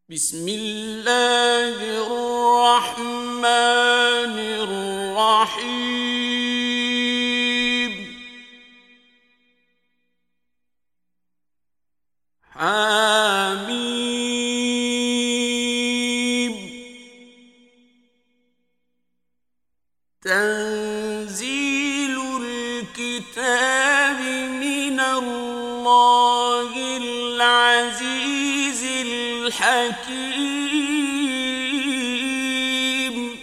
بسم الله الرحمن الرحيم حميم تنزيل الكتاب من الله العزيز الحكيم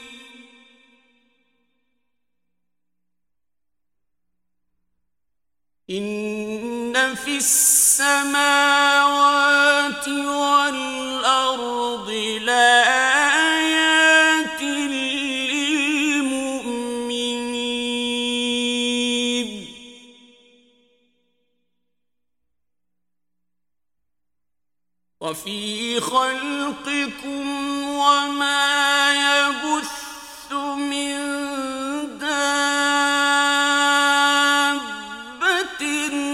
إن في السماوات والأرض لآيات للمؤمنين وفي خلقكم وما يبث من دابة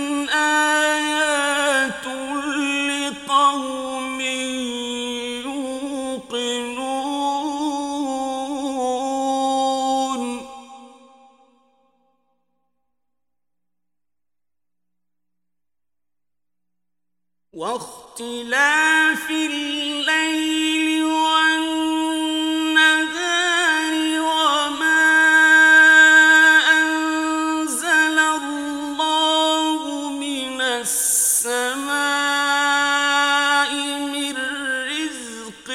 آيات لقوم يوقنون واختلاف الليل والنهار وما أنزل الله من السماء من رزق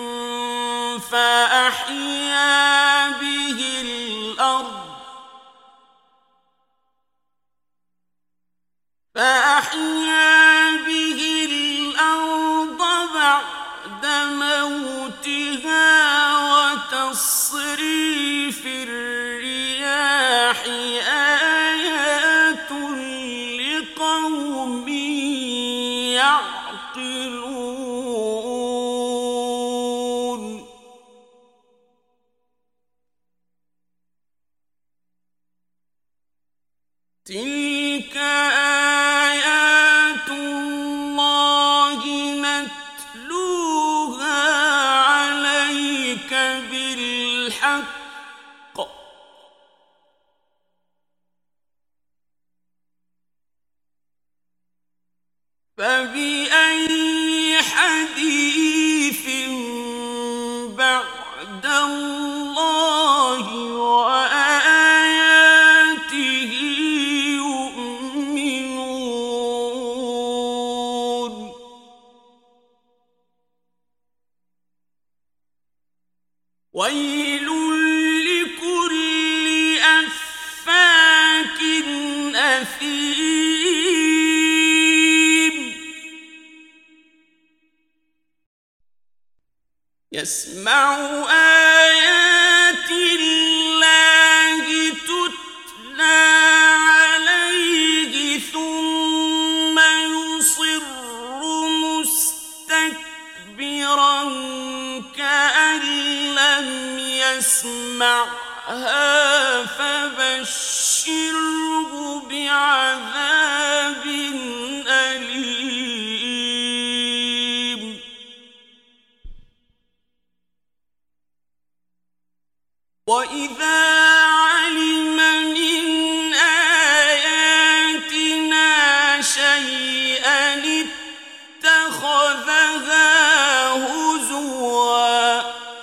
فأحيا به الأرض بعد موتها وتصريف الرياح آيات لقوم يعقلون تلك آيات الله نتلوها عليك بالحق فبأي حديث بعد الله وآياته يؤمنون ويل لكل أفاك أثيم يسمع آيات الله تتلى عليه ثم يصر مستكبرا كأن لم يسمعها فبشره بعذاب أليم وإذا علم من آياتنا شيئا اتخذها هزوا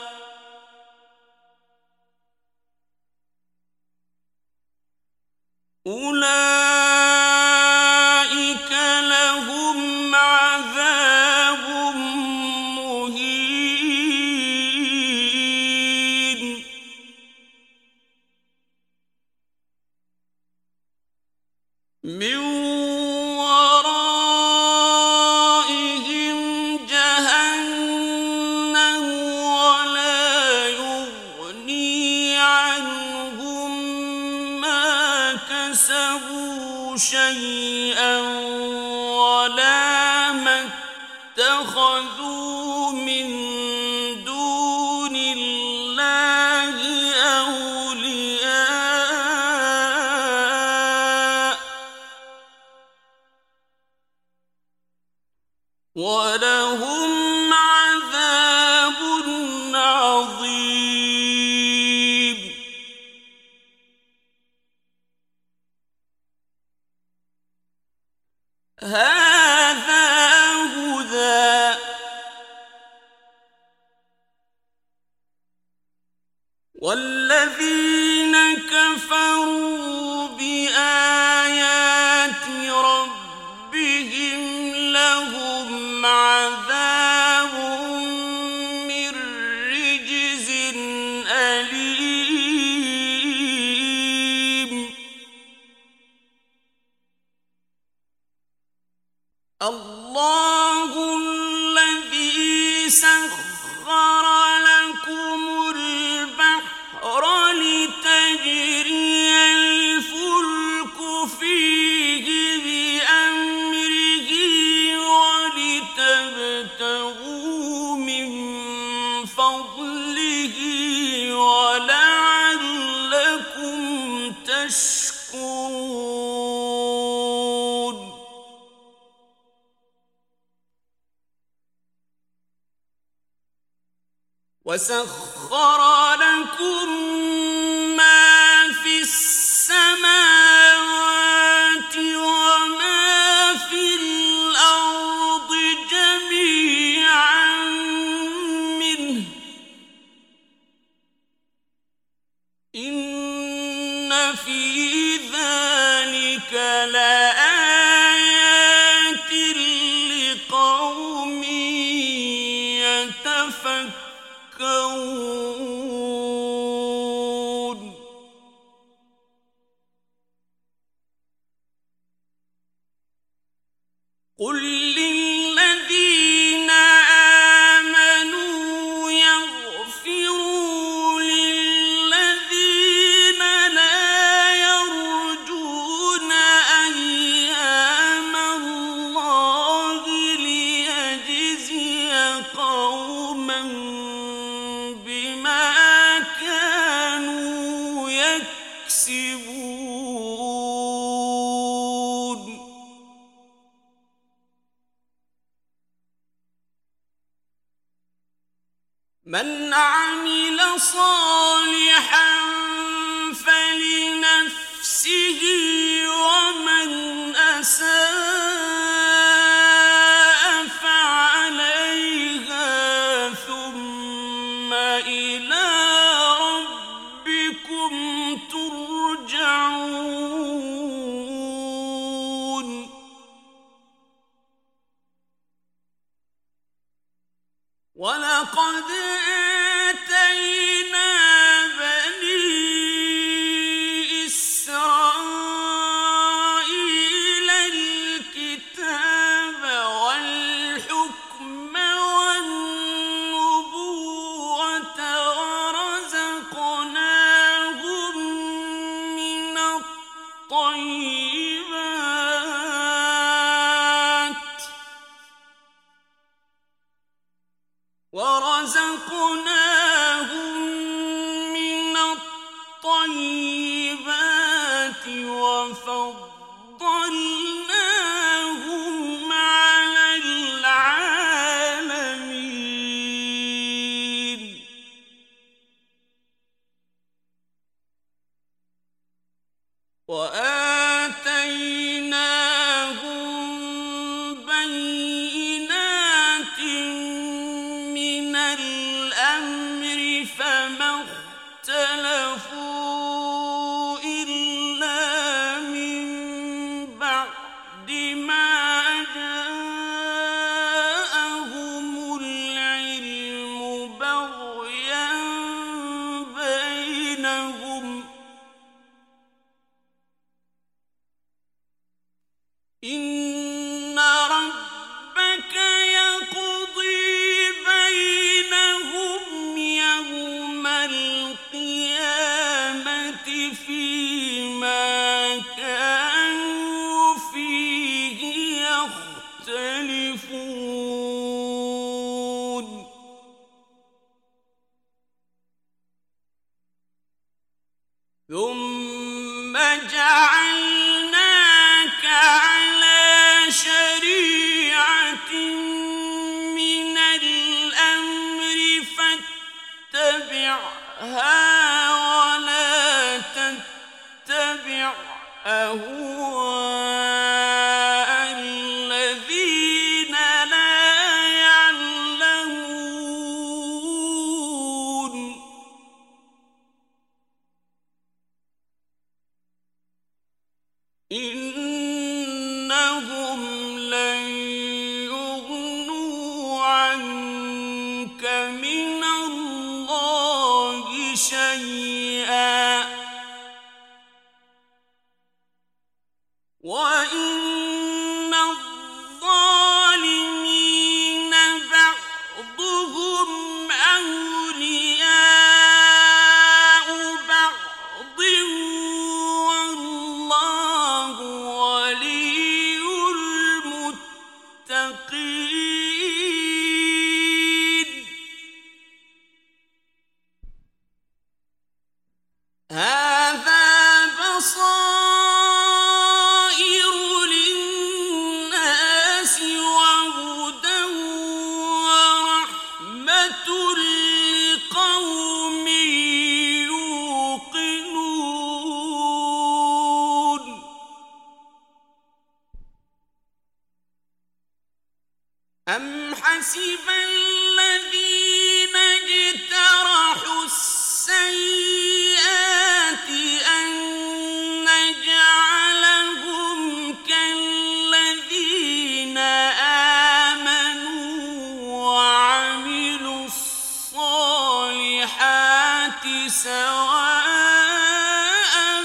أولئك لهم عذاب مهين من ورائهم جهنم ولا يغني عنهم ما كسبوا شيئا ولا ما اتخذوا من دون الله أولياء ولهم عذاب والذين كفروا بآيات ربهم لهم عذاب من رجز أليم الله الذي سخر لكم البحر لتجري الفلك فيه بأمره ولتبتغوا من فضله ولعلكم تشكرون وسخر لكم ما في السماوات وما في الأرض جميعا منه إن في ذلك لآيات لقوم يتفكرون قل للذين آمنوا يغفروا للذين لا يرجون أيام الله ليجزي قوما بما كانوا يكسبون من عمل صالحا فلنفسه ومن أساء فعليها ثم إلى ربكم ترجعون ولقد آتينا بني إسرائيل الكتاب والحكم والنبوة ورزقناهم من الطيبات وفضلناهم على العالمين وآتيناهم بينات من الأمر فما اختلفوا إلا من بعد ما جاءهم العلم بغيا بينهم إن ربك يقضي بينهم يوم القيامة فيما كانوا فيه يختلفون ثم جعلناك على شريعة من الأمر فاتبعها ولا تتبع أهواء الذين لا يعلمون سواء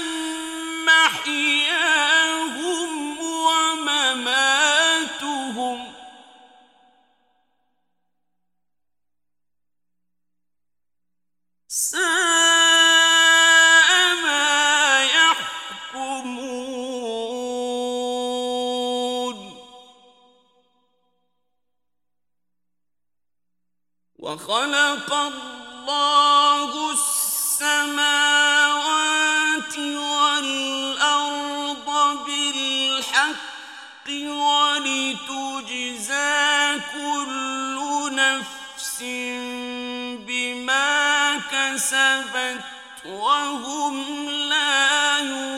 محياهم ومماتهم ساء ما يحكمون وخلق الله السماوات والأرض بالحق ولتجزى كل نفس بما كسبت وهم لا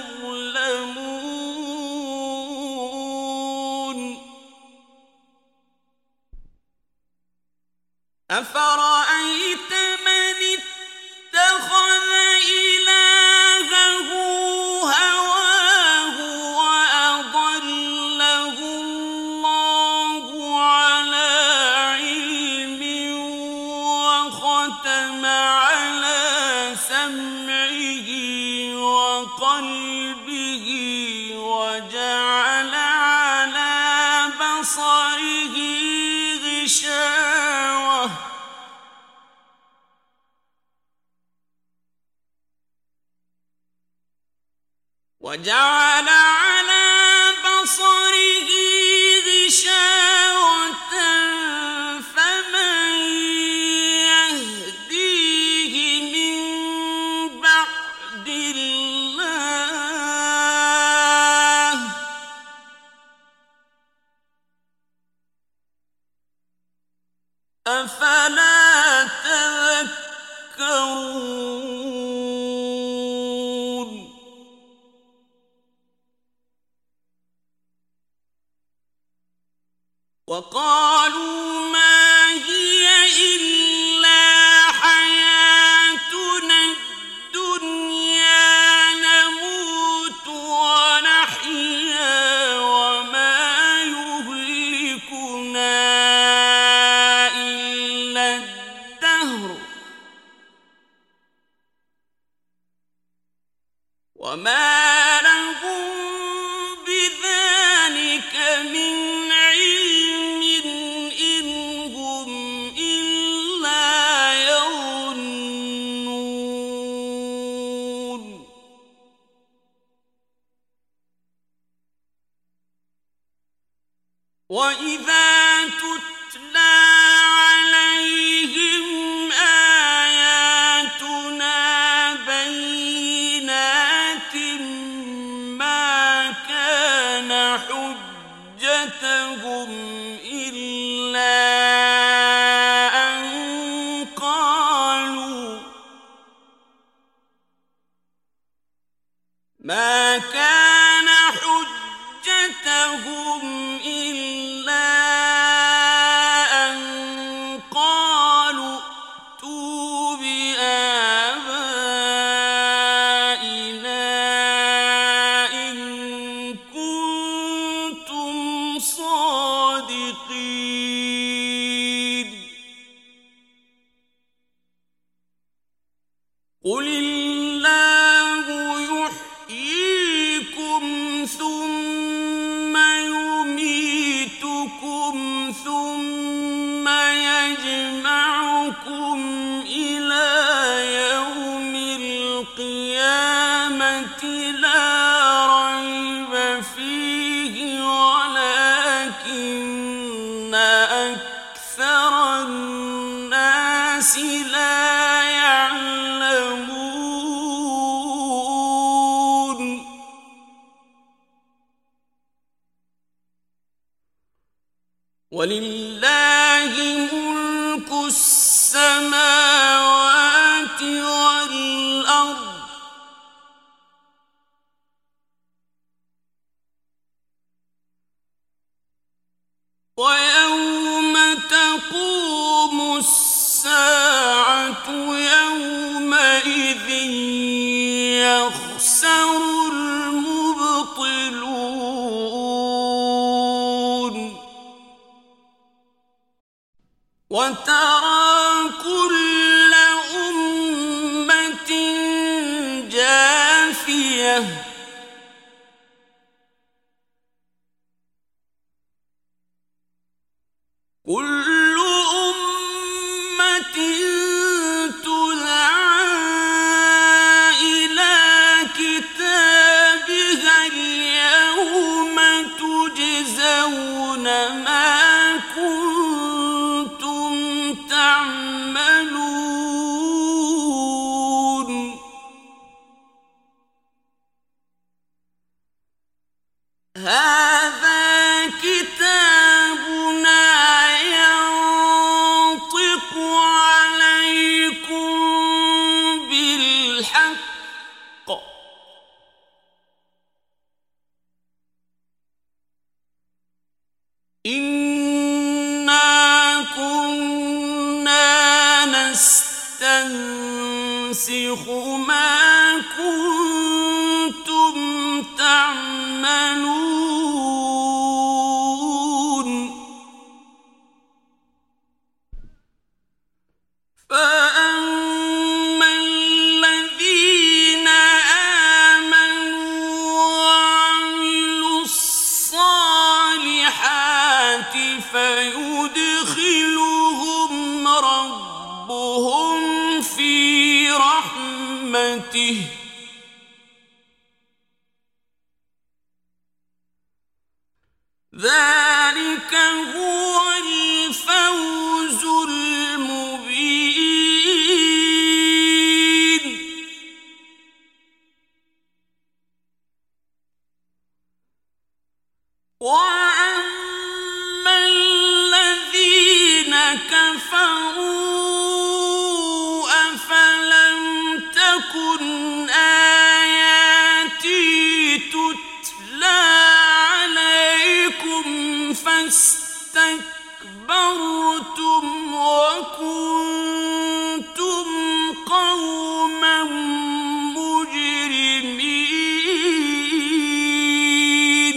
يظلمون أفرأيت من اتخذ إلهه هواه وأضله الله على علم وختم على سمعه وقلبه وجعل على بصره غشاوة فمن يهديه من بعد الله أفلا تذكرون وقالوا ما هي إلا حياتنا الدنيا نموت ونحيا وما يهلكنا إلا الدهر وما لهم بذلك من علم إن هم إلا يظنون وإذا تتلى عليهم آياتنا بينات ما كان حجتهم إلا أن قالوا ائتوا بآبائنا إن كنتم صادقين قل الله يحييكم ثم يميتكم ثم يجمعكم إلى يوم القيامة لا ريب فيه ولكن أكثر الناس لا يعلمون ولله ملك السماوات والأرض ويوم تقوم الساعة يومئذ يخسر المبطلون زانية كل أمة تدعى إلى كتابها اليوم تجزون ما كنتم تعملون هذا كتابنا ينطق عليكم بالحق إنا كنا نستنسخ ما كنتم تعملون فأما الذين آمنوا وعملوا الصالحات فيدخلهم ربهم في رحمته ذلك هو الفوز المبين وأما الذين كفروا أفلم تكن آياتي تتلى عليكم فاستكبرتم وكنتم قوما مجرمين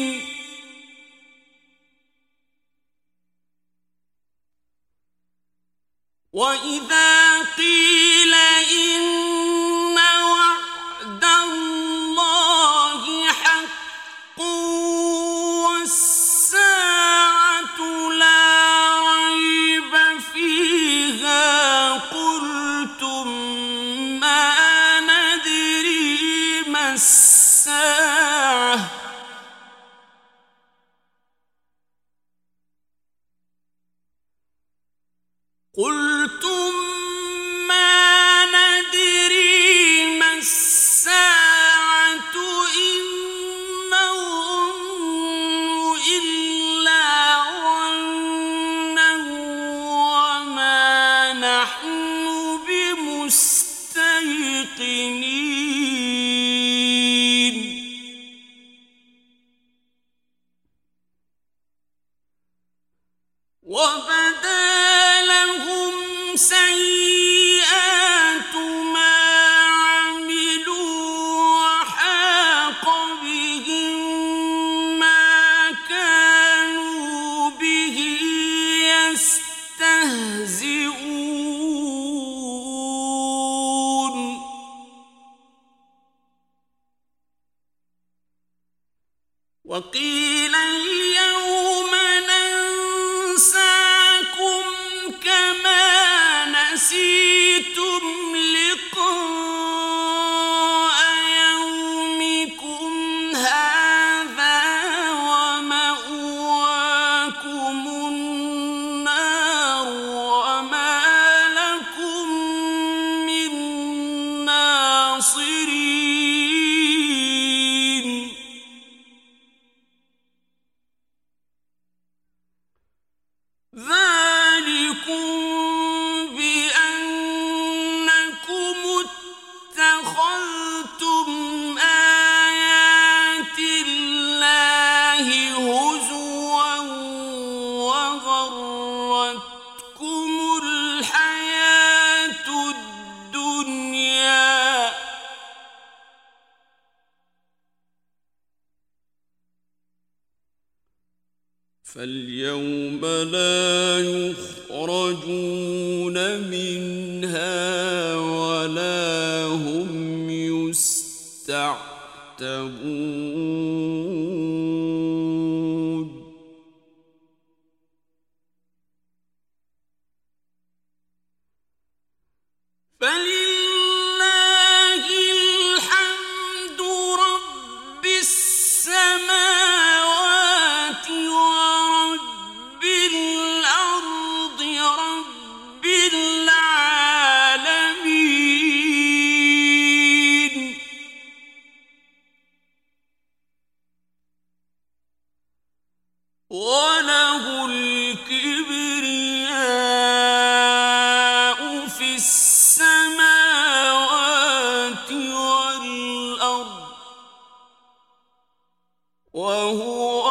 وإذا قيل إن وعد الله حق والساعة لا ريب فيها قلتم ما ندري ما الساعة قلتم ما ندري ما الساعة إن نظن إلا ظنا وما نحن بمستيقنين وبدا لهم سيئات ما عملوا وحاق بهم ما كانوا به يستهزئون وقيل اليوم ننساكم كما نسيتم لقاء يومكم هذا ومأواكم النار وما لكم من ناصرين ذلكم بأنكم اتخذتم آيات الله هزوا وغرتكم الحياة الدنيا فاليوم لا يخرجون منها ولا هم يستعتبون يحتبون فلله الحمد رب السماوات ورب الأرض رب العالمين وله الكبرياء في السماوات والأرض وهو